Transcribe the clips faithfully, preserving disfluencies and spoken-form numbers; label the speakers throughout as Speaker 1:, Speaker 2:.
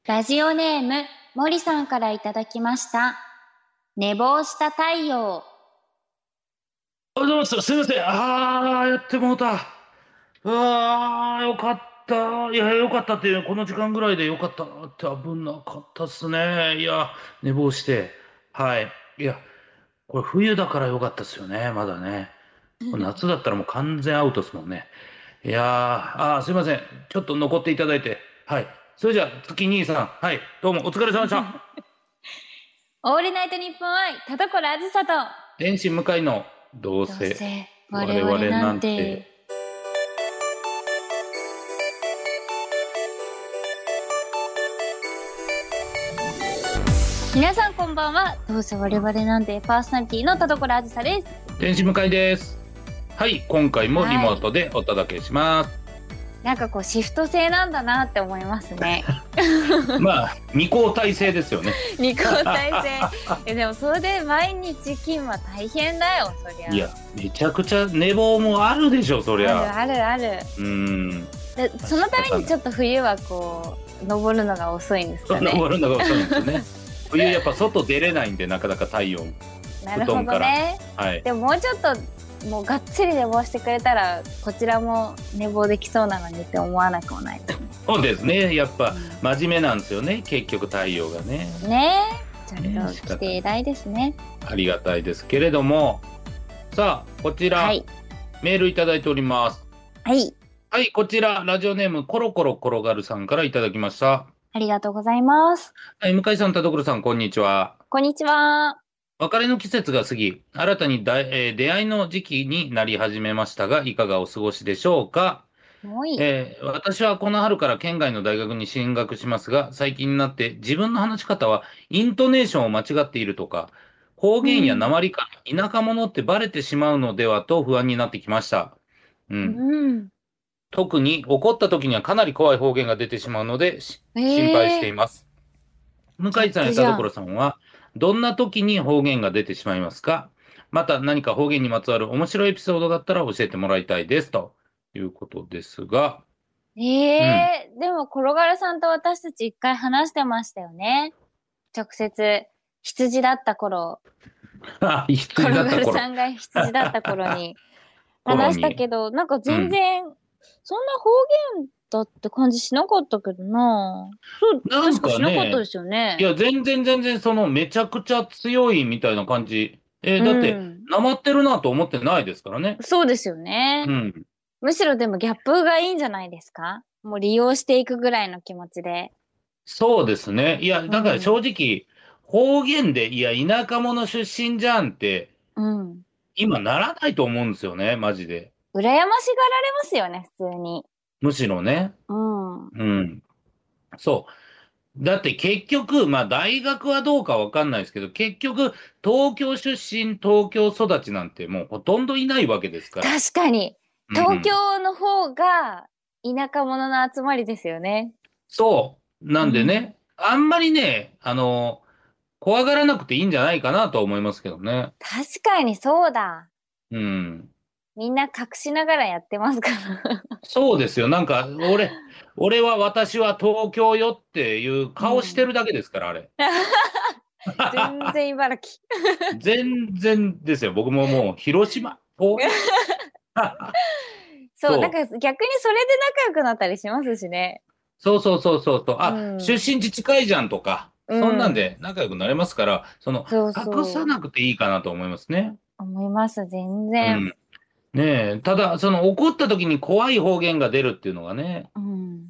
Speaker 1: ラジオネーム、森さんからいただきました。寝坊した太陽。
Speaker 2: あ、どうもす、すいません。ああ、やってもうた。うわあ、よかった。いや、よかったっていう、この時間ぐらいでよかったって危なかったっすね。いや、寝坊して。はい。いや、これ冬だからよかったっすよね、まだね。これ夏だったらもう完全アウトっすもんね。いやー、あー、すいません。ちょっと残っていただいて。はい。それじゃあ、月兄さん。はい。どうもお疲れ様でした。
Speaker 1: オールナイトニッポン愛、田所あずさと。
Speaker 2: 天使向かいの、どう
Speaker 1: どう
Speaker 2: せ
Speaker 1: せ我
Speaker 2: 我々
Speaker 1: 々な
Speaker 2: なんて。
Speaker 1: んて。皆さんこんばんは。どうせ我々なんてパーソナリティの田所あずさです。
Speaker 2: 天使向かいです。はい、今回もリモートでお届けします。
Speaker 1: なんかこうシフト制なんだなって思いますね。
Speaker 2: まあ二交代制ですよね。
Speaker 1: 二交代制。えでもそれで毎日勤務は大変だよ、そりゃ。
Speaker 2: いや、めちゃくちゃ寝坊もあるでしょ、そりゃ。
Speaker 1: あるあるある。
Speaker 2: うん。
Speaker 1: でそのためにちょっと冬はこう登るのが遅いんですかね。
Speaker 2: 登るのが遅いんですよね。冬やっぱ外出れないんで、なかなか太陽。
Speaker 1: なるほどね。
Speaker 2: はい。
Speaker 1: でももうちょっともうがっつり寝坊してくれたらこちらも寝坊できそうなのにって思わなくもないですね。
Speaker 2: そうですね。やっぱ真面目なんですよね。結局太陽がね。
Speaker 1: ねえ、ちゃんと来て偉いですね。
Speaker 2: ありがたいですけれども、さあこちら、はい、メールいただいております。
Speaker 1: はい。
Speaker 2: はい、こちらラジオネームコロコロ転がるさんからいただきました。
Speaker 1: ありがとうございます。
Speaker 2: はい、向井さん、田所さん、こんにちは。
Speaker 1: こんにちは。
Speaker 2: 別れの季節が過ぎ、新たにだ、えー出会いの時期になり始めましたが、いかがお過ごしでしょうか。
Speaker 1: もういい。
Speaker 2: えー私はこの春から県外の大学に進学しますが、最近になって自分の話し方はイントネーションを間違っているとか、方言や訛りから田舎者ってバレてしまうのではと不安になってきました。う
Speaker 1: う
Speaker 2: ん。
Speaker 1: ん。
Speaker 2: 特に怒った時にはかなり怖い方言が出てしまうので、し
Speaker 1: え
Speaker 2: 心配してい
Speaker 1: ー、
Speaker 2: ます。向井さんや田
Speaker 1: 逆じゃん。
Speaker 2: 所さんは、どんな時に方言が出てしまいますか。また何か方言にまつわる面白いエピソードがあったら教えてもらいたいですということですが、
Speaker 1: え
Speaker 2: うん。
Speaker 1: えー、でも転がるさんと私たち一回話してましたよね。直接羊だった頃。
Speaker 2: あ、
Speaker 1: 転
Speaker 2: 羊だった頃、
Speaker 1: がるさんが羊だった頃に話した
Speaker 2: 頃に、
Speaker 1: けど、なんか
Speaker 2: うん。
Speaker 1: 全然、そんな方言だって感じしなかったけどな。そう、
Speaker 2: なん
Speaker 1: 確かしなかった
Speaker 2: かね、
Speaker 1: ですよね。
Speaker 2: いや、全然全然そのめちゃくちゃ強いみたいな感じ。えー
Speaker 1: う
Speaker 2: だって、
Speaker 1: ん。
Speaker 2: なまってるなと思ってないですからね。
Speaker 1: そうですよね。
Speaker 2: うん。
Speaker 1: むしろでもギャップがいいんじゃないですか？もう利用していくぐらいの気持ちで。
Speaker 2: そうですね。いや、
Speaker 1: う
Speaker 2: だから正
Speaker 1: ん。
Speaker 2: 直、方言で、いや、田舎者出身じゃんって、
Speaker 1: うん。
Speaker 2: 今ならないと思うんですよね、マジで。
Speaker 1: 羨ましがられますよね、普通に。
Speaker 2: むしろね。
Speaker 1: うん。
Speaker 2: うん。そう。だって結局、まあ大学はどうかわかんないですけど、結局、東京出身、東京育ちなんてもうほとんどいないわけですから。
Speaker 1: 確かに。東
Speaker 2: うん。
Speaker 1: 京の方が田舎者の集まりですよね。
Speaker 2: そう。な
Speaker 1: うん。
Speaker 2: んでね、あんまりね、あの、怖がらなくていいんじゃないかなと思いますけどね。
Speaker 1: 確かにそうだ。
Speaker 2: うん。
Speaker 1: みんな隠しながらやってますから。
Speaker 2: そうですよ。なんか、俺、俺は私は東京よっていう
Speaker 1: うん。
Speaker 2: 顔してるだけですから、あれ。
Speaker 1: 全然茨城。
Speaker 2: 全然ですよ。僕ももう、広島、遠い。
Speaker 1: そう、なんか
Speaker 2: そう。
Speaker 1: 逆にそれで仲良くなったりしますしね。
Speaker 2: そうそうそうそうそう。
Speaker 1: う
Speaker 2: あ、出
Speaker 1: ん。
Speaker 2: 身地近いじゃんとか、
Speaker 1: う
Speaker 2: そんなん
Speaker 1: ん。
Speaker 2: で仲良くなれますから、その、
Speaker 1: そう
Speaker 2: 隠さ
Speaker 1: そう。
Speaker 2: なくていいかなと思いますね。
Speaker 1: 思います、全然。
Speaker 2: うん。ねえ、ただ、その怒った時に怖い方言が出るっていうのがね、
Speaker 1: うん。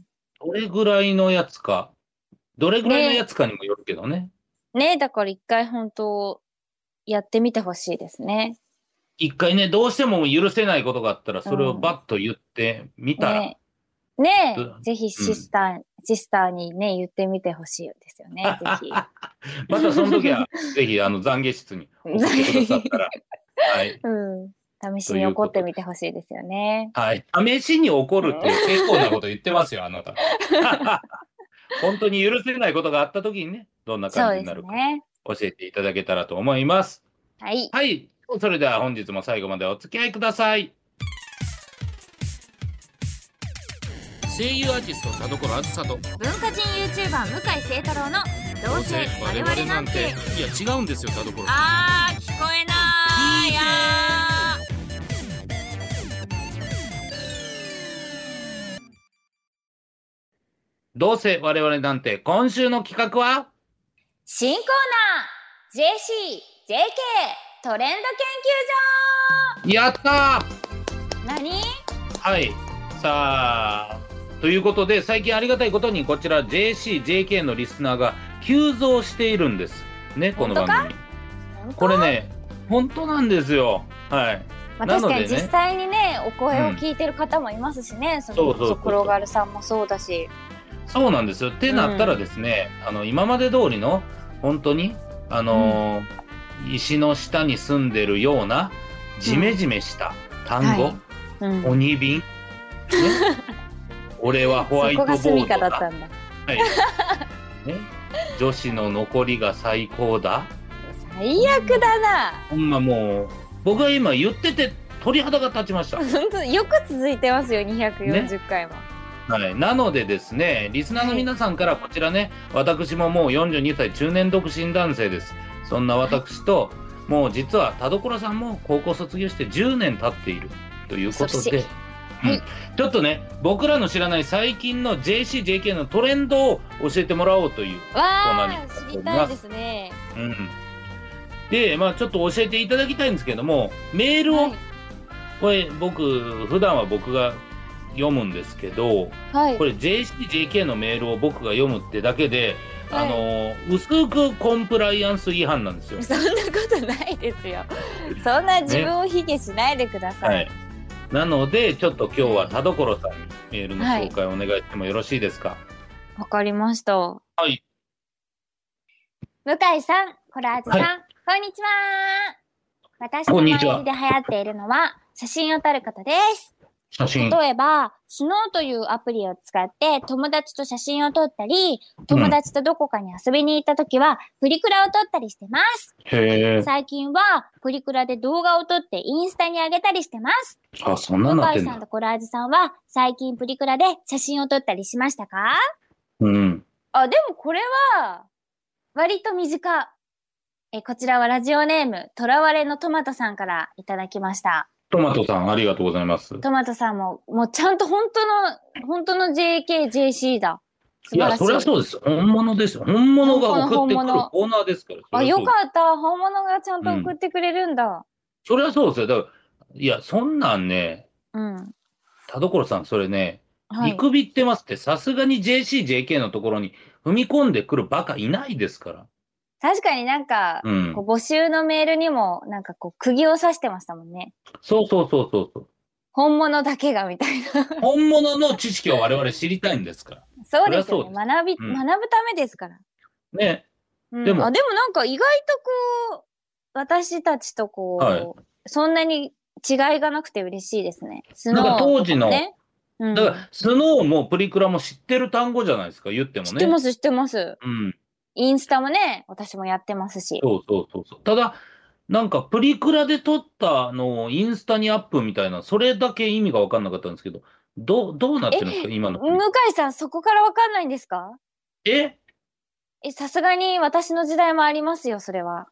Speaker 2: どれぐらいのやつか、どれぐらいのや
Speaker 1: ね
Speaker 2: つかにもよるけどね。
Speaker 1: え、ねえ、だから一回本当やってみてほしいですね。
Speaker 2: 一回ね、どうしても許せないことがあったら、それを
Speaker 1: うん。
Speaker 2: バッと言ってみたら、
Speaker 1: ねえ、ね
Speaker 2: ど
Speaker 1: え、ぜひ
Speaker 2: うん。
Speaker 1: シスター、シスターにね、言ってみてほしいですよね、ぜひ。
Speaker 2: またその時は、ぜひ、あの、懺悔室に送ってくださったら、はい、
Speaker 1: うん。試し
Speaker 2: という
Speaker 1: に怒って
Speaker 2: ことです。
Speaker 1: みてほしいですよね。
Speaker 2: はい。試しに怒
Speaker 1: うん。
Speaker 2: るっていう結構なこと言ってますよ、あなた。本当に許せないことがあった時にね、どんな感
Speaker 1: そうです
Speaker 2: じになるか
Speaker 1: ね。
Speaker 2: 教えていただけたらと思います。
Speaker 1: はい。
Speaker 2: はい。それでは本日も最後までお付き合いください。 声優アーティスト田所あずさと
Speaker 1: 文化人 YouTuber 向井聖太郎のどうせ我々なんて。
Speaker 2: いや違うんですよ田所。
Speaker 1: あー聞こえないや
Speaker 2: どうせ我々なんて。今週の企画は
Speaker 1: 新コーナー ジェーシー、ジェーケー トレンド研究
Speaker 2: やった
Speaker 1: 所。何？
Speaker 2: はいさあということで、最近ありがたいことにこちら ジェーシー、ジェーケー のリスナーが急増しているんですね、この番組。これね本当なんですよ。はい。
Speaker 1: まあ、
Speaker 2: なのでね
Speaker 1: 確かに実際にねお声を聞いてる方もいますしね、うん、そのこそ黒軽さんもそうだし。
Speaker 2: そうなんですよ。ってなったらですね、うん、あの今まで通りの本当にあのーうん、石の下に住んでるようなジメジメした単語、うんはいうん、鬼瓶、ね、俺はホワイトボードだ。そこが住処だったんだ。はい。ね、女子の残りが最高だ。
Speaker 1: 最悪だな。
Speaker 2: ほんまもう僕が今言ってて鳥肌が立ちました。
Speaker 1: 本当よく続いてますよ、にひゃくよんじゅっかいも。ね
Speaker 2: はい、なのでですね、リスナーの皆さんからこちらね、はい、私ももうよんじゅうにさい中年独身男性です。そんな私と、はい、もう実は田所さんも高校卒業してじゅうねん経っているということで、うんはい、ちょっとね僕らの知らない最近の ジェーシー、ジェーケー のトレンドを教えてもらおうというコーナーになっております。
Speaker 1: 知りたいですね。
Speaker 2: うん、で、まあちょっと教えていただきたいんですけども、メールを、はい、これ僕普段は僕が読むんですけど、はい、これ ジェーシー、ジェーケー のメールを僕が読むってだけで、はい、あの薄くコンプライアンス違反なんですよ。
Speaker 1: そんなことないですよ。そんな自分を卑下しないでください。ねはい、
Speaker 2: なのでちょっと今日は田所さんにメールの紹介をお願いしてもよろしいですか。わ、
Speaker 1: はい、かりました。
Speaker 2: はい。
Speaker 1: 向井さん、コラーズさん、はい、こんにちは。私の周りで流行っているのは写真を撮ることです。
Speaker 2: 写真。
Speaker 1: 例えば、スノーというアプリを使って友達と写真を撮ったり、友達とどこかに遊びに行った時は、プリクラを撮ったりしてます。
Speaker 2: へー。
Speaker 1: 最近は、プリクラで動画を撮ってインスタに上げたりしてます。
Speaker 2: あ、そんなのなってんだ。
Speaker 1: 向井さんとコラーズさんは、最近プリクラで写真を撮ったりしましたか？
Speaker 2: うん。
Speaker 1: あ、でもこれは、割と身近。え、こちらはラジオネーム、とらわれのトマトさんからいただきました。
Speaker 2: トマトさん、ありがとうございます。
Speaker 1: トマトさんも、もうちゃんと本当の、本当の ジェーケー、ジェーシー だ。
Speaker 2: いや、そりゃそうです。本物ですよ。本物が送ってくるコーナーですから。
Speaker 1: あ、よかった。本物がちゃんと送ってくれるんだ。うん、
Speaker 2: そりゃそうですよ。だから、いや、そんなんね、
Speaker 1: うん。
Speaker 2: 田所さん、それね、はい、見くびってますって、さすがに ジェーシー、ジェーケー のところに踏み込んでくるバカいないですから。
Speaker 1: 確かになんか、うん、こう募集のメールにもなんかこう釘を刺してましたもんね。
Speaker 2: そうそうそうそうそう。
Speaker 1: 本物だけがみたいな。
Speaker 2: 本物の知識を我々知りたいんですから。
Speaker 1: そうですよね。学び、うん、学ぶためですから。
Speaker 2: ね。
Speaker 1: うん、でも、あ、でもなんか意外とこう、私たちとこう、はい、そんなに違いがなくて嬉しいですね。スノー、ね、
Speaker 2: なんか当時の、うん、だからスノーもプリクラも知ってる単語じゃないですか、言ってもね。
Speaker 1: 知ってます、知ってます。
Speaker 2: うん。
Speaker 1: インスタもね、私もやってますし。
Speaker 2: そうそうそうそう。ただ、なんかプリクラで撮ったのをインスタにアップみたいな、それだけ意味が分かんなかったんですけど、どう、どうなってるんですか、今の。
Speaker 1: 向井さん、そこから分かんないんですか？
Speaker 2: え
Speaker 1: え、さすがに私の時代もありますよ、それは。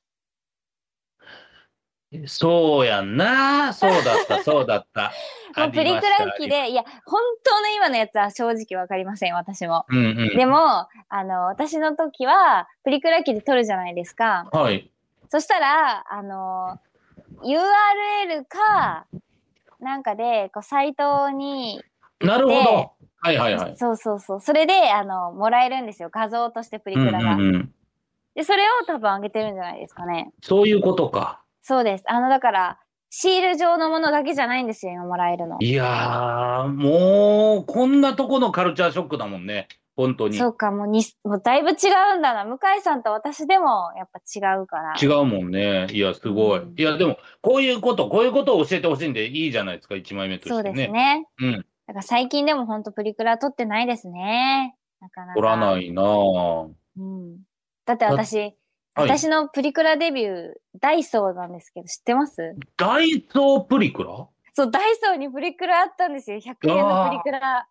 Speaker 2: そうやんな。そうだった、そうだった。
Speaker 1: もうプリクラ機で、いや、本当の今のやつは正直わかりません、私も。
Speaker 2: うんうん、
Speaker 1: でも、あの、私の時は、プリクラ機で撮るじゃないですか。
Speaker 2: はい。
Speaker 1: そしたら、あの、ユーアールエル か、なんかで、こう、サイトに。
Speaker 2: なるほど。はいはいはい。
Speaker 1: そうそうそう。それで、あの、もらえるんですよ。画像としてプリクラが。
Speaker 2: うんうんうん、
Speaker 1: で、それを多分上げてるんじゃないですかね。
Speaker 2: そういうことか。
Speaker 1: そうです。あの、だから、シール状のものだけじゃないんですよ、今もらえるの。
Speaker 2: いやー、もう、こんなとこのカルチャーショックだもんね。本当に。
Speaker 1: そうか、もうに、もうだいぶ違うんだな。向井さんと私でもやっぱ違うから。
Speaker 2: 違うもんね。いや、すごい。うん、いや、でも、こういうこと、こういうことを教えてほしいんでいいじゃないですか、いちまいめとしてね。
Speaker 1: そうですね。
Speaker 2: うん。
Speaker 1: だから最近でも本当プリクラ撮ってないですね。なかなか。
Speaker 2: 撮らないなぁ。
Speaker 1: うん。だって私、私のプリクラデビュー、ダイソーなんですけど、知ってます？
Speaker 2: ダイソープリクラ？
Speaker 1: そう、ダイソーにプリクラあったんですよ。ひゃくえんのプリクラ。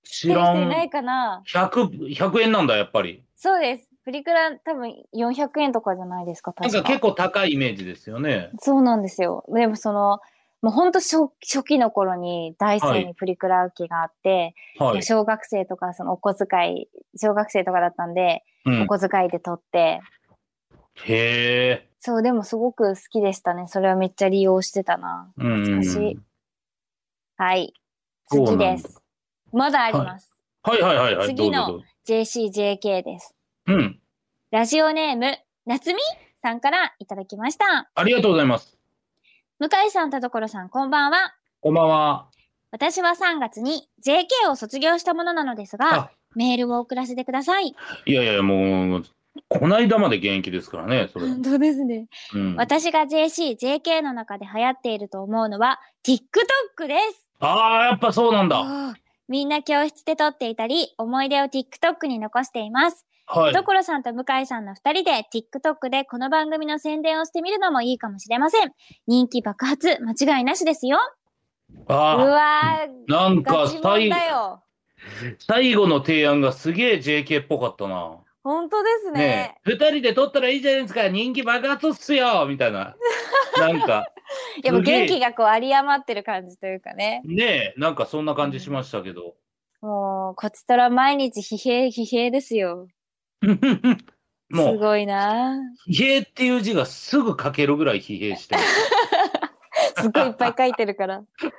Speaker 2: 知ら
Speaker 1: いな
Speaker 2: ん。
Speaker 1: いかな。
Speaker 2: ひゃく、ひゃくえんなんだ、やっぱり。
Speaker 1: そうです。プリクラ多分よんひゃくえんとかじゃないですか、
Speaker 2: なん
Speaker 1: 確か。
Speaker 2: か結構高いイメージですよね。
Speaker 1: そうなんですよ。でもその、もうほんと初、初期の頃に大
Speaker 2: はい。
Speaker 1: 生にプリクラ機があって、
Speaker 2: はい。
Speaker 1: もう小学生とかそのお小遣い、小学生とかだったんで、お
Speaker 2: うん。
Speaker 1: 小遣いで撮って、
Speaker 2: へえ。
Speaker 1: そう、でもすごく好きでしたね。それはめっちゃ利用してたな。
Speaker 2: うん
Speaker 1: 懐かしい。
Speaker 2: うんうん。
Speaker 1: はい。
Speaker 2: そうなんだ。
Speaker 1: 次です。まだあり
Speaker 2: はい。
Speaker 1: ます。
Speaker 2: はいはいはいはい。ど
Speaker 1: 次の
Speaker 2: うぞどうぞ。
Speaker 1: ジェーシージェーケー です。
Speaker 2: うん。
Speaker 1: ラジオネーム、なつみさんからいただきました。
Speaker 2: ありがとうございます。
Speaker 1: 向井さん、田所さん、こんばんは。
Speaker 2: こんばんは。
Speaker 1: 私はさんがつに ジェーケー を卒業したものなのですが、
Speaker 2: あ、
Speaker 1: メールを送らせてください。
Speaker 2: いやいや、もう、こないだまで現役ですからね、それ。
Speaker 1: 本当ですね。
Speaker 2: うん。
Speaker 1: 私が ジェーシー、ジェーケー の中で流行っていると思うのは TikTok です。
Speaker 2: ああ、やっぱそうなんだ。
Speaker 1: おー、みんな教室で撮っていたり、思い出を TikTok に残しています。
Speaker 2: はい。
Speaker 1: 田所さんと向井さんのふたりで TikTok でこの番組の宣伝をしてみるのもいいかもしれません。人気爆発、間違いなしですよ。う
Speaker 2: ああ、
Speaker 1: わー、
Speaker 2: なんか
Speaker 1: ガチモンだ
Speaker 2: 最、
Speaker 1: よ。
Speaker 2: 最後の提案がすげえ ジェーケー っぽかったな。
Speaker 1: 本当ですね。
Speaker 2: ねえ、二人で撮ったらいいじゃないですか、人気爆発っすよみたいな。なんか、
Speaker 1: やっぱ
Speaker 2: すげえ、
Speaker 1: 元気がこう有り余ってる感じというかね。
Speaker 2: ねえ、なんかそんな
Speaker 1: うん、
Speaker 2: 感じしましたけど。
Speaker 1: もう、こちとら毎日疲弊疲弊ですよ。す
Speaker 2: も
Speaker 1: ごいな。
Speaker 2: う、疲弊っていう字がすぐ書けるぐらい疲弊してますよ。
Speaker 1: すっごいいっぱい書いてるから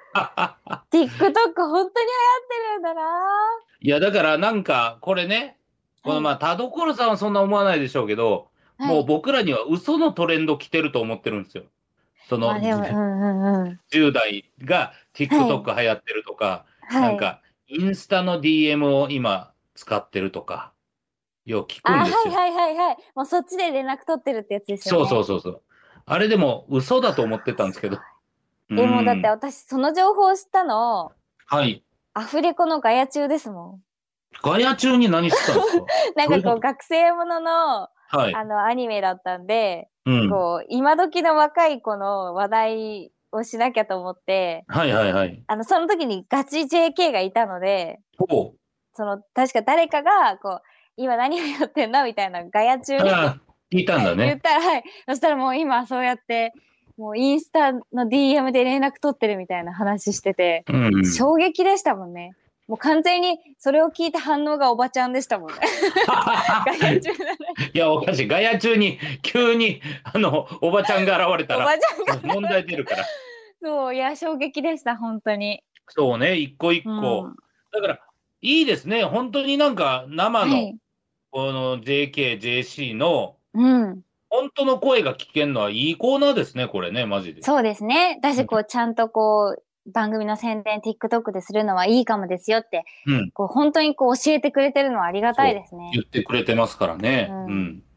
Speaker 1: 。TikTok 本当に流行ってるんだな。
Speaker 2: いや、だからなんか、これね、こ
Speaker 1: はい。
Speaker 2: のまあ、田所さんはそんな思わないでしょうけど、もう
Speaker 1: はい。
Speaker 2: 僕らには嘘のトレンド来てると思ってるんですよ。その、
Speaker 1: まあでも、うんうんうん。
Speaker 2: じゅう代が
Speaker 1: はい。
Speaker 2: TikTok 流行ってるとか、な
Speaker 1: はい。
Speaker 2: んか、インスタの ディーエム を今使ってるとか、よう聞くん
Speaker 1: あ、
Speaker 2: ですよ。
Speaker 1: はいはいはいはい。もうそっちで連絡取ってるってやつですよ
Speaker 2: そうそ
Speaker 1: ね。
Speaker 2: うそうそう。あれでも嘘だと思ってたんです
Speaker 1: す
Speaker 2: けど。う
Speaker 1: ごい。え、もうだって
Speaker 2: ん。
Speaker 1: 私その情報を知ったの、
Speaker 2: はい。
Speaker 1: アフレコのガヤ中ですもん。
Speaker 2: ガヤ中に何してたんですか？
Speaker 1: なんかこう
Speaker 2: どういうこと？
Speaker 1: 学生ものの、
Speaker 2: はい。
Speaker 1: あのアニメだったんで、
Speaker 2: うん。
Speaker 1: こう今時の若い子の話題をしなきゃと思って、
Speaker 2: はいはいはい。
Speaker 1: あのその時にガチ ジェーケー がいたので、
Speaker 2: ほう。
Speaker 1: その確か誰かがこう今何をやってんだみたいなガヤ中に
Speaker 2: ああ、聞いたんだね。
Speaker 1: 言ったら、はい。そしたらもう今そうやって、もうインスタの ディーエム で連絡取ってるみたいな話してて、
Speaker 2: うんうん。
Speaker 1: 衝撃でしたもんね。もう完全にそれを聞いて反応がおばちゃんでしたもんね。ガヤ中じゃない。
Speaker 2: いや、おかしい。ガヤ中に急に、あの、おばちゃんが現れた
Speaker 1: おば
Speaker 2: ら、
Speaker 1: ちゃんが、
Speaker 2: 問題出るから。
Speaker 1: そう、いや、衝撃でした、本当に。
Speaker 2: そうね、一個
Speaker 1: う
Speaker 2: 一個。
Speaker 1: ん。
Speaker 2: だから、いいですね。本当になんか生の、
Speaker 1: はい。
Speaker 2: この ジェーケー、ジェーシー の、
Speaker 1: うん。
Speaker 2: 本当の声が聞けるのはいいコーナーですね、これね、マジで。
Speaker 1: そうですね。だし、
Speaker 2: うん。
Speaker 1: こう、ちゃんとこう、番組の宣伝 TikTok でするのはいいかもですよって、
Speaker 2: うん。
Speaker 1: こう、本当にこう、教えてくれてるのはありがたい
Speaker 2: そう。
Speaker 1: ですね。
Speaker 2: 言ってくれてますから
Speaker 1: う
Speaker 2: ね。う
Speaker 1: ん。
Speaker 2: ん。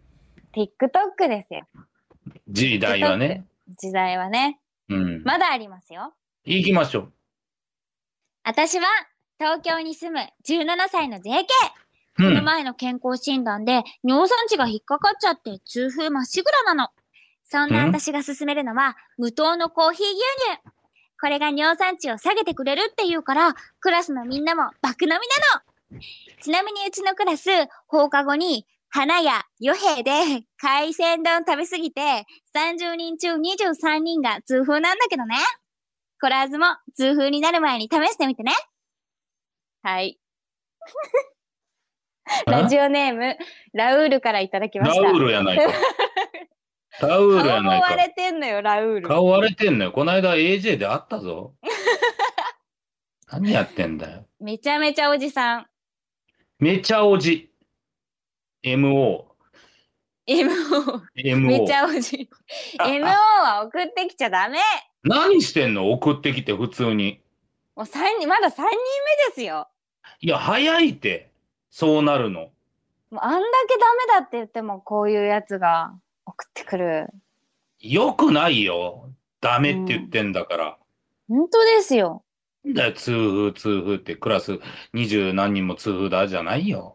Speaker 1: TikTok ですよ。
Speaker 2: 時代は
Speaker 1: TikTok。
Speaker 2: ね。
Speaker 1: 時代はね。
Speaker 2: うん。
Speaker 1: まだありますよ。
Speaker 2: 行きましょう。
Speaker 1: 私は東京に住むじゅうななさいの ジェーケー。
Speaker 2: うん。
Speaker 1: この前の健康診断で尿酸値が引っかかっちゃって痛風まっしぐらなの。そんな
Speaker 2: うん。
Speaker 1: 私が勧めるのは無糖のコーヒー牛乳。これが尿酸値を下げてくれるっていうから、クラスのみんなも爆飲みなの。ちなみにうちのクラス、放課後に花や与兵で海鮮丼食べすぎてさんじゅうにん中にじゅうさんにんが痛風なんだけどね。コラーズも痛風になる前に試してみてね。はい。ラ
Speaker 2: あ、
Speaker 1: ジオネーム、ラウールからいただきま
Speaker 2: ラウー
Speaker 1: した。
Speaker 2: ルやないか。ラウールや
Speaker 1: 顔も
Speaker 2: ないか。
Speaker 1: 割れてんのよ、ラウール。
Speaker 2: 顔割れてんのよ。この間 エージェー で会ったぞ。何やってんだよ。
Speaker 1: めちゃめちゃおじさん。
Speaker 2: めちゃおじ。エムオ
Speaker 1: エムオー。
Speaker 2: ー。
Speaker 1: めち
Speaker 2: エムオー。
Speaker 1: ゃおじ。エムオー は送ってきちゃダメ。
Speaker 2: 何してんの？送ってきて普通に。
Speaker 1: もう三人、まださんにんめですよ。
Speaker 2: いや、早いって。そうなるの。
Speaker 1: もうあんだけダメだって言ってもこういうやつが送ってくる。
Speaker 2: よくないよ。ダメって言っ
Speaker 1: うん。
Speaker 2: てんだから。
Speaker 1: 本当ですよ。
Speaker 2: なんだよ、痛風、痛風ってクラス二十何人も痛風だじゃないよ。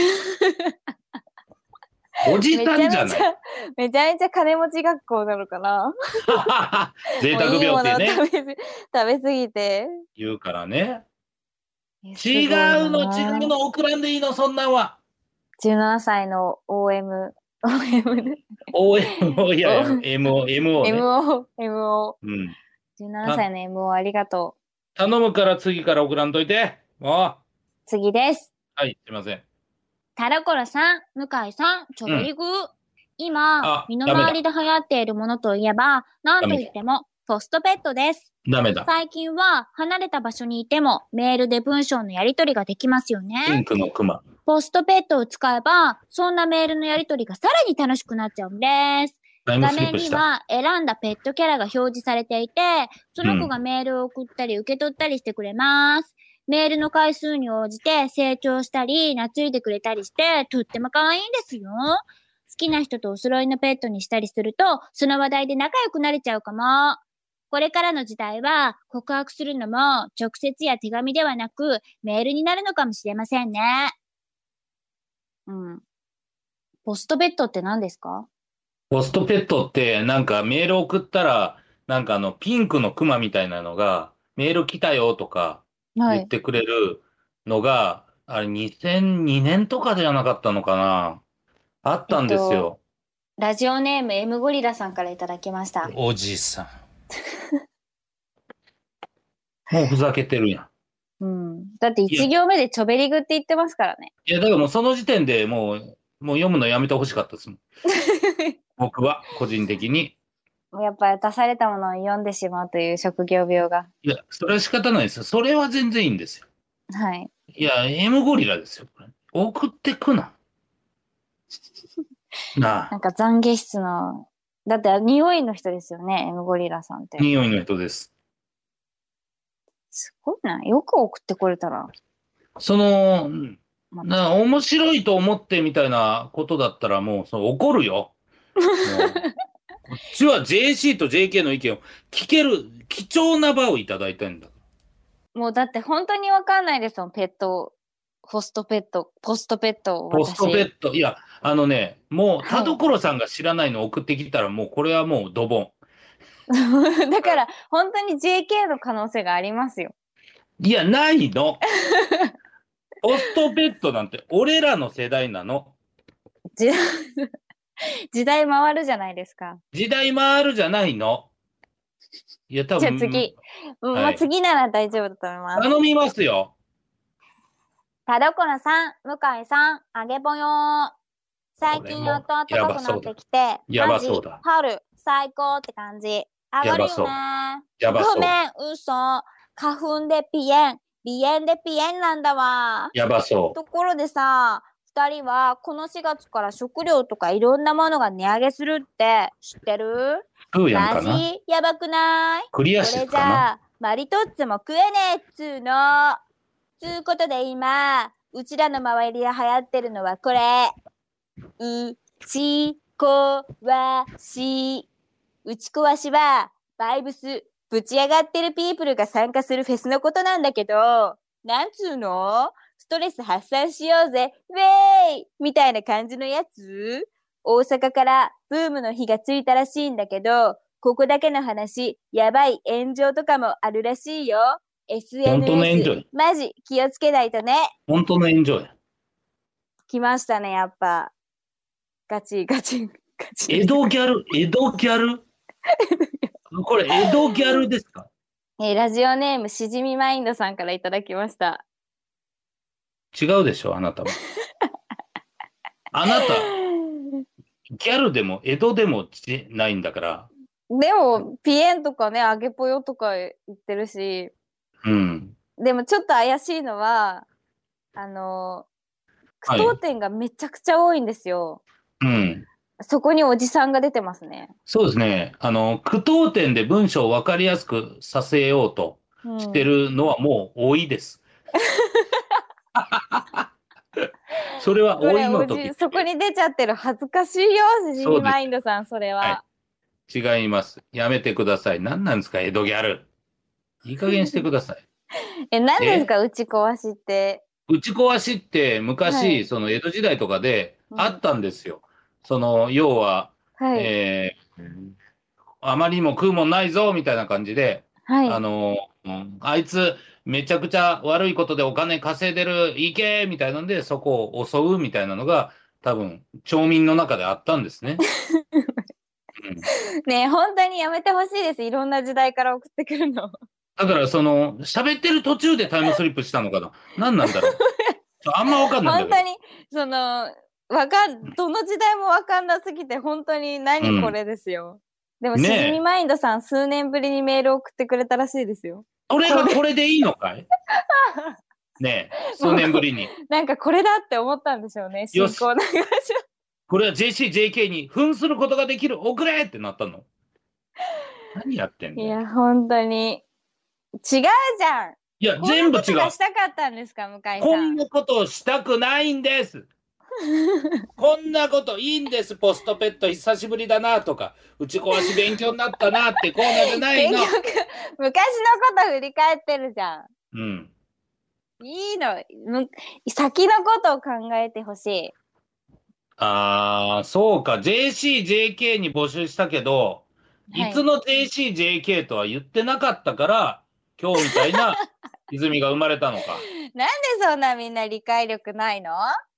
Speaker 2: おじ
Speaker 1: め
Speaker 2: さんじゃない。
Speaker 1: ちゃめちゃ、めちゃめちゃ金持ち学校なのかな。
Speaker 2: 贅沢
Speaker 1: もういいものを
Speaker 2: 病ってね、
Speaker 1: 食べす、食べすぎて。
Speaker 2: 言うからね。
Speaker 1: えすご
Speaker 2: 違
Speaker 1: いな
Speaker 2: うの、違うの、送らんでいいの、そんなんは。
Speaker 1: じゅうななさいの オーエム、オーエム ね。
Speaker 2: オーエム、いやいや、エムオー、エムオー ね。
Speaker 1: エムオー、エムオー。
Speaker 2: うん。
Speaker 1: じゅうななさい
Speaker 2: た、
Speaker 1: の エムオー ありがとう。
Speaker 2: 頼むから次から送らんといて。もう。
Speaker 1: 次です。
Speaker 2: はい、すいません。
Speaker 1: タラコラさん、向井さん、チョ
Speaker 2: うん。
Speaker 1: ベリグー。今、
Speaker 2: あ、
Speaker 1: 身の
Speaker 2: ダメだ。
Speaker 1: 回りで流行っているものといえば、なんと
Speaker 2: ダメだ。
Speaker 1: いっても、ポストペットです。
Speaker 2: ダメだ。
Speaker 1: 最近は離れた場所にいてもメールで文章のやり取りができますよね。
Speaker 2: ピンクのクマ。
Speaker 1: ポストペットを使えば、そんなメールのやり取りがさらに楽しくなっちゃうんです。
Speaker 2: タイム
Speaker 1: 画
Speaker 2: スリップした。
Speaker 1: 面には選んだペットキャラが表示されていて、その子がメールを送ったり受け取ったりしてくれます。メールの回数に応じて成長したり、懐いてくれたりして、とっても可愛いんですよ。好きな人とお揃いのペットにしたりすると、その話題で仲良くなれちゃうかも。これからの時代は告白するのも直接や手紙ではなくメールになるのかもしれませんね。うん。ポストペットって何ですか？
Speaker 2: ポストペットってなんかメール送ったら、なんかあのピンクのクマみたいなのが、メール来たよとか
Speaker 1: はい。
Speaker 2: 言ってくれるのが、あれにせんにねんとかじゃなかったのかな。あっ
Speaker 1: えっ
Speaker 2: たんです
Speaker 1: と、
Speaker 2: よ。
Speaker 1: ラジオネーム エム ゴリラさんからいただきました。
Speaker 2: おじさん。もうふざけてるやん。
Speaker 1: うん。だって
Speaker 2: いや、
Speaker 1: 一行目でチョベリグって言ってますからね。
Speaker 2: いやだからもうその時点でもう、もう読むのやめてほしかったですもん。僕は個人的に。
Speaker 1: やっぱり出されたものを読んでしまうという職業病が。
Speaker 2: いや、それは仕方ないですよ。それは全然いいんですよ。
Speaker 1: はい。
Speaker 2: いや、M ゴリラですよ。これ送ってくな。なあ、
Speaker 1: なんか懺悔室の、だって匂いの人ですよね、エム ゴリラさんって。
Speaker 2: 匂いの人です。
Speaker 1: すごいな。よく送ってこれたら。
Speaker 2: その、
Speaker 1: ま
Speaker 2: な、面白いと思ってみたいなことだったらもう、その怒るよ。もう、こっちは ジェーシー と ジェーケー の意見を聞ける貴重な場をいただいたんだ。
Speaker 1: もうだって本当にわかんないですもん、ペット、ポストペット、ポストペットを
Speaker 2: ポストペ
Speaker 1: 私。
Speaker 2: ット。いや、あのね、もう、田
Speaker 1: はい。
Speaker 2: 所さんが知らないの送ってきたら、もうこれはもうドボン。
Speaker 1: だから本当に ジェーケー の可能性がありますよ。
Speaker 2: いや、ないの。ポストペットなんて俺らの世代なの。
Speaker 1: 時時代回るじゃないですか。
Speaker 2: 時代回るじゃないの。いや、多
Speaker 1: じゃあ
Speaker 2: 分、
Speaker 1: 次。うんまあ、
Speaker 2: はい。
Speaker 1: 次なら大丈夫だと思います。
Speaker 2: 頼みますよ。
Speaker 1: 田所さん、向井さん、あげぼよー。最近
Speaker 2: これも、
Speaker 1: やっと暖
Speaker 2: や
Speaker 1: かくなって
Speaker 2: ばそうだ。
Speaker 1: きて、
Speaker 2: や
Speaker 1: マジ、
Speaker 2: ばそうだ。
Speaker 1: 春、最高って感じ。上がるよ
Speaker 2: やばそう。
Speaker 1: ね。
Speaker 2: やばそう。
Speaker 1: ごめん、嘘。花粉でピエン、鼻炎でピエンなんだわ。
Speaker 2: やばそ
Speaker 1: ところでさ、二人はこのしがつから食料とかいろんなものが値上げするって知ってる？
Speaker 2: う。食うやん
Speaker 1: マ
Speaker 2: かな。
Speaker 1: ジやばくない？
Speaker 2: クリア
Speaker 1: これじ
Speaker 2: シスかな。
Speaker 1: ゃあ、マリトッツォも食えねえっつーの。つうことで今、うちらの周りで流行ってるのはこれ。うちこわし。うちこわしは、バイブス、ぶち上がってるピープルが参加するフェスのことなんだけど、なんつうの？ストレス発散しようぜ、ウェーイみたいな感じのやつ？大阪からブームの日がついたらしいんだけど、ここだけの話、やばい炎上とかもあるらしいよ。
Speaker 2: 本当の炎
Speaker 1: エスエヌエス、
Speaker 2: 上や。
Speaker 1: マジ気をつけないとね。
Speaker 2: 本当の炎上や。
Speaker 1: 来ましたね、やっぱ。ガチ、ガチ、ガチ。
Speaker 2: 江戸ギャル、江戸ギャルこれ江戸ギャルですか？
Speaker 1: えーラジオネームしじみマインドさんからいただきました。
Speaker 2: 違うでしょ、あなたも。あなた、ギャルでも江戸でもじないんだから。
Speaker 1: でも、ピエンとかね、あげぽよとか言ってるし、
Speaker 2: うん。
Speaker 1: でもちょっと怪しいのは、あの、句
Speaker 2: はい。
Speaker 1: 読点がめちゃくちゃ多いんですよ。
Speaker 2: うん。
Speaker 1: そこにおじさんが出てますね。
Speaker 2: そうですね。あの、句読点で文章を分かりやすくさせようと
Speaker 1: うん、
Speaker 2: してるのはもう多いです。それは
Speaker 1: こ
Speaker 2: 多
Speaker 1: れおじ、
Speaker 2: いの時。
Speaker 1: そこに出ちゃってる恥ずかしいよ、しじみ
Speaker 2: そうです。
Speaker 1: マインドさん、それは。
Speaker 2: はい。違います。やめてください。何なんですか、江戸ギャル。いい加減してください。
Speaker 1: え、何です
Speaker 2: え
Speaker 1: か、打ち壊しって。
Speaker 2: 打ち壊しって
Speaker 1: は
Speaker 2: 昔、
Speaker 1: い。
Speaker 2: その江戸時代とかで
Speaker 1: うん、
Speaker 2: あったんですよ。その、要は、
Speaker 1: はい。
Speaker 2: えーあまりにも食うもんないぞ、みたいな感じで、
Speaker 1: はい。
Speaker 2: あの、うんあいつ、 めちゃくちゃ悪いことでお金稼いでる、行けみたいなんで、そこを襲うみたいなのが、多分、町民の中であったんですね。うん、
Speaker 1: ねえ、本当にやめてほしいです。いろんな時代から送ってくるの。
Speaker 2: だから、その、喋ってる途中でタイムスリップしたのかな。何なんだろう。あんま分かんないんだけど。
Speaker 1: 本当に、その、わかん、どの時代もわかんなすぎて、本当に何これですよ。うん、でも、しじみマインドさん、数年ぶりにメール送ってくれたらしいですよ。
Speaker 2: これがこれでいいのかいねえ、数年ぶりに。
Speaker 1: なんかこれだって思ったんでしょうね、進行お願いします。
Speaker 2: これは ジェーシー、ジェーケー に扮することができる、遅れってなったの。何やってんの？
Speaker 1: いや、本当に。違うじゃん。
Speaker 2: いや、全部違う。こんなことが
Speaker 1: したかったんですか、向井さん。
Speaker 2: こんなことをしたくないんです。こんなこといいんです。ポストペット久しぶりだなとか、打ち壊し勉強になったなってコーナーじゃないの。
Speaker 1: 結局、昔のこと振り返ってるじゃん。
Speaker 2: うん。
Speaker 1: いいの。先のことを考えてほしい。
Speaker 2: ああ、そうか。ジェーシー、ジェーケー に募集したけど、はい、いつの ジェーシー、ジェーケー とは言ってなかったから、今日みたいな泉が生まれたのか。
Speaker 1: なんでそんなみんな理解力ないの？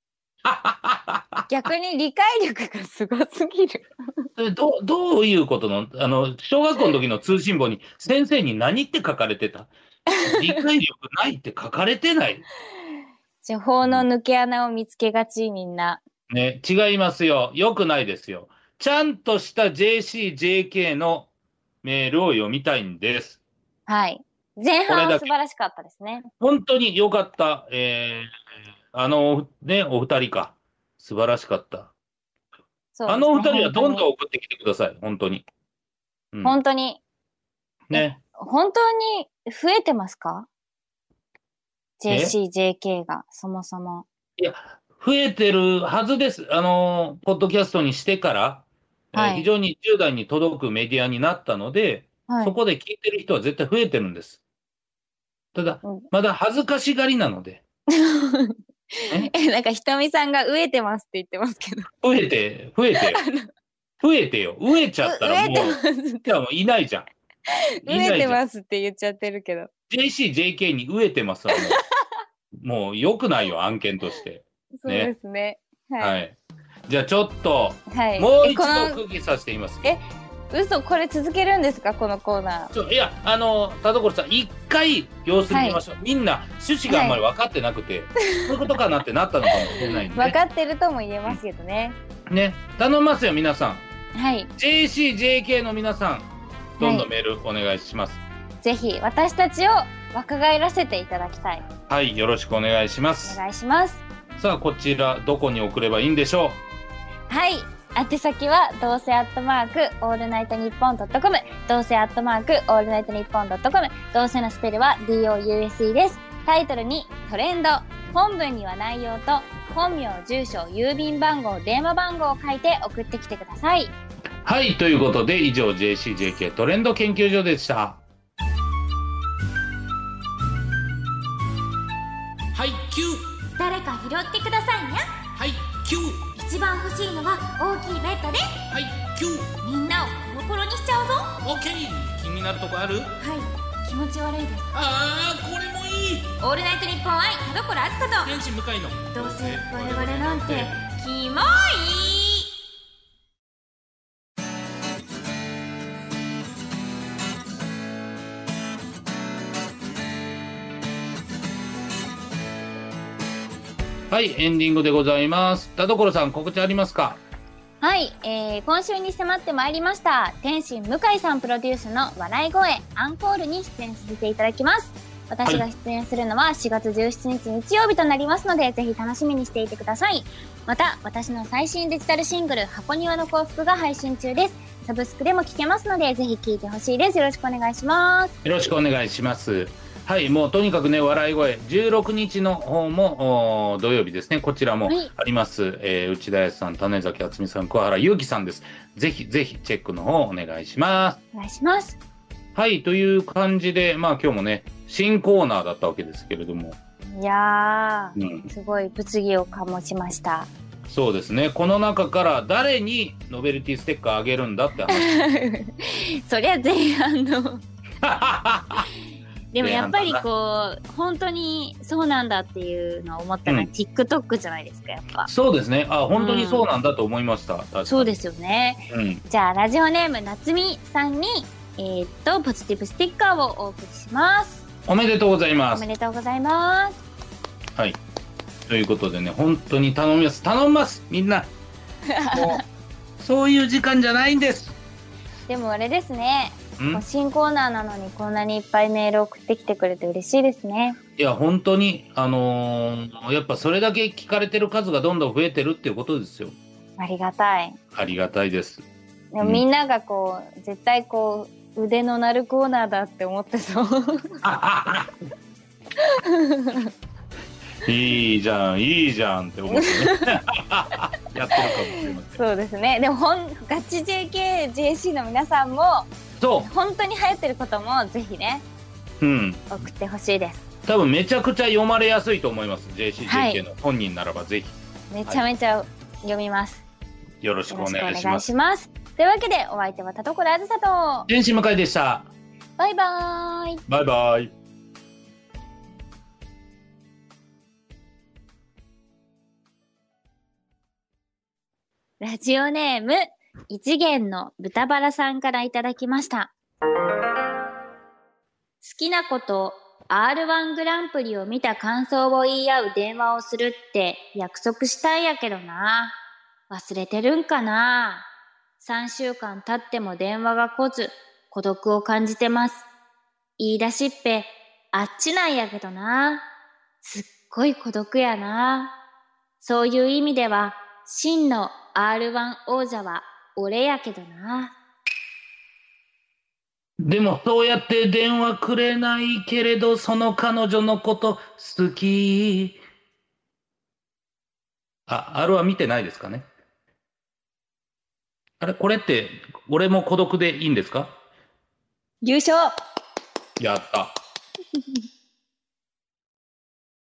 Speaker 1: 逆に理解力がすごすぎる。
Speaker 2: ど, どういうことのあの小学校の時の通信簿に先生に何って書かれてた？理解力ないって書かれてない。
Speaker 1: 情報の抜け穴を見つけがち、みんな。
Speaker 2: ね、違いますよ。よくないですよ。ちゃんとした ジェーシー、ジェーケー のメールを読みたいんです。
Speaker 1: はい。前半は素晴らしかったですね。
Speaker 2: 本当によかった。えー、あのね、お二人か。素晴らしかった。ね、あのお二人はどんどん送ってきてください。本当に。
Speaker 1: うん、本当に。
Speaker 2: ね。
Speaker 1: 本当に増えてますか？ ジェーシー、ジェーケー がそもそも。
Speaker 2: いや、増えてるはずです。あの、ポッドキャストにしてから、はい、えー、非常にじゅう代に届くメディアになったので、はい、そこで聞いてる人は絶対増えてるんです。ただ、うん、まだ恥ずかしがりなので。
Speaker 1: え、なんかひとみさんが飢えてますって言ってますけど。
Speaker 2: 増えて、増えてよ。増えてよ。飢えちゃったらもう、じゃあもういないじゃん。
Speaker 1: 飢えてますって言っちゃってるけど。
Speaker 2: ジェーシー、ジェーケー に飢えてますわ、もう。もう良くないよ、案件として。
Speaker 1: そうですね。
Speaker 2: はい。はい、じゃあちょっと、
Speaker 1: はい、
Speaker 2: もう一度区切させています。
Speaker 1: え、嘘、これ続けるんですか、このコーナー。
Speaker 2: ちょいや、あの、田所さん、一回様子見ましょう。はい、みんな趣旨があんまり分かってなくて、はい、そういうことかなってなったのかもしれないんで、ね。
Speaker 1: 分かってるとも言えますけどね。
Speaker 2: ね、頼みますよ、皆さん。
Speaker 1: はい。
Speaker 2: ジェーシー、ジェーケー の皆さん、どんどんメールお願いします。
Speaker 1: はい、ぜひ、私たちを若返らせていただきたい。
Speaker 2: はい、よろしくお願いします。
Speaker 1: お願いします。
Speaker 2: さあ、こちら、どこに送ればいいんでしょ
Speaker 1: う。はい。宛先はどうせアットマークオールナイトニッポンドットコム、どうせアットマークオールナイトニッポンドットコム、どうせのスペルは ディーオーユーエスイー です。タイトルにトレンド、本文には内容と本名、住所、郵便番号、電話番号を書いて送ってきてください。
Speaker 2: はい、ということで以上 ジェーシー、ジェーケー トレンド研究所でした。
Speaker 3: はい、キュ
Speaker 4: ー。誰か拾ってくださいにゃ。
Speaker 3: はい、キュー。
Speaker 4: 一番欲しいのは大きいベッドです。
Speaker 3: はい、キュー。
Speaker 4: みんなをコロコロにしちゃうぞ。
Speaker 3: オッケー。気になるとこある？
Speaker 4: はい、気持ち悪いです。
Speaker 3: ああ、これもいい。
Speaker 4: オールナイトニッポン愛田所あずさと
Speaker 3: 天使向かいの
Speaker 4: どうせ我々なんてキモい。
Speaker 2: はい、エンディングでございます。田所さん、告知ありますか？
Speaker 1: はい、えー、今週に迫ってまいりました天心向井さんプロデュースの笑い声アンコールに出演させていただきます。私が出演するのはしがつじゅうしちにち日曜日となりますので、ぜひ楽しみにしていてください。また私の最新デジタルシングル箱庭の幸福が配信中です。サブスクでも聴けますので、ぜひ聴いてほしいです。よろしくお願いします。
Speaker 2: よろしくお願いします。はい、もうとにかくね、笑い声じゅうろくにちの方も土曜日ですね、こちらもあります。はい、えー、内田康さん、種崎敦美さん、桑原祐希さんです。ぜひぜひチェックの方お願いします。
Speaker 1: お願いします。
Speaker 2: はい、という感じで、まあ今日もね、新コーナーだったわけですけれども、
Speaker 1: いやー、うん、すごい物議を醸しました。
Speaker 2: そうですね、この中から誰にノベルティステッカーあげるんだって話
Speaker 1: そりゃ前半のでもやっぱり
Speaker 2: 前半か
Speaker 1: こう本当にそうなんだっていうのを思ったのは、
Speaker 2: うん
Speaker 1: TikTok じゃないですかやっぱ
Speaker 2: な。そうですね。あ、本当にそうなんだと思いました。確かに
Speaker 1: そうですよね。
Speaker 2: うん。
Speaker 1: じゃあラジオネームなつみさんにえー、っとポジティブステッカーをお送りします。
Speaker 2: おめでとうございます
Speaker 1: おめ。でとうございます。
Speaker 2: はい。ということでね、本当に頼みます。頼みますみんな。もうそういう時間じゃないんです。
Speaker 1: でもあれですね、
Speaker 2: ん
Speaker 1: こう新コーナーなのにこんなにいっぱいメール送ってきてくれて嬉しいですね。
Speaker 2: いや、本当に、あのーやっぱそれだけ聞かれてる数がどんどん増えてるっていうことですよ。
Speaker 1: ありがたい。
Speaker 2: ありがたいです。
Speaker 1: でもみんながこう、絶対こう腕の鳴るコーナーだって思ってそう
Speaker 2: いいじゃん、いいじゃんって思ってね。やってるかもしれません。
Speaker 1: そうですね。でもほんガチ ジェーケー、ジェーシー の皆さんも
Speaker 2: そ
Speaker 1: 本当に流行ってることもぜひね
Speaker 2: う。うん。
Speaker 1: 送ってほしいです。
Speaker 2: 多分めちゃくちゃ読まれやすいと思います。ジェーシー、
Speaker 1: はい
Speaker 2: ジェーケー の本人ならばぜひ
Speaker 1: めちゃめちゃ読みます。
Speaker 2: よろしくお
Speaker 1: よろしくお願い
Speaker 2: 願いします。
Speaker 1: します。というわけでお相手は田所あずさと
Speaker 2: 天使向井でした。
Speaker 1: バイバーイ。
Speaker 2: バイバイ。
Speaker 1: ラジオネーム一元の豚バラさんからいただきました。好きな子と アールワン グランプリを見た感想を言い合う電話をするって約束したんやけどな。忘れてるんかな。さんしゅうかん経っても電話が来ず孤独を感じてます。言い出しっぺあっちなんやけどな。すっごい孤独やな。そういう意味では真の アールワン 王者は俺やけどな。
Speaker 2: でもそうやって電話くれないけれど、その彼女のこと好き。あ、あれは見てないですかね。あれ、これって俺も孤独でいいんですか？
Speaker 1: 優勝
Speaker 2: やった。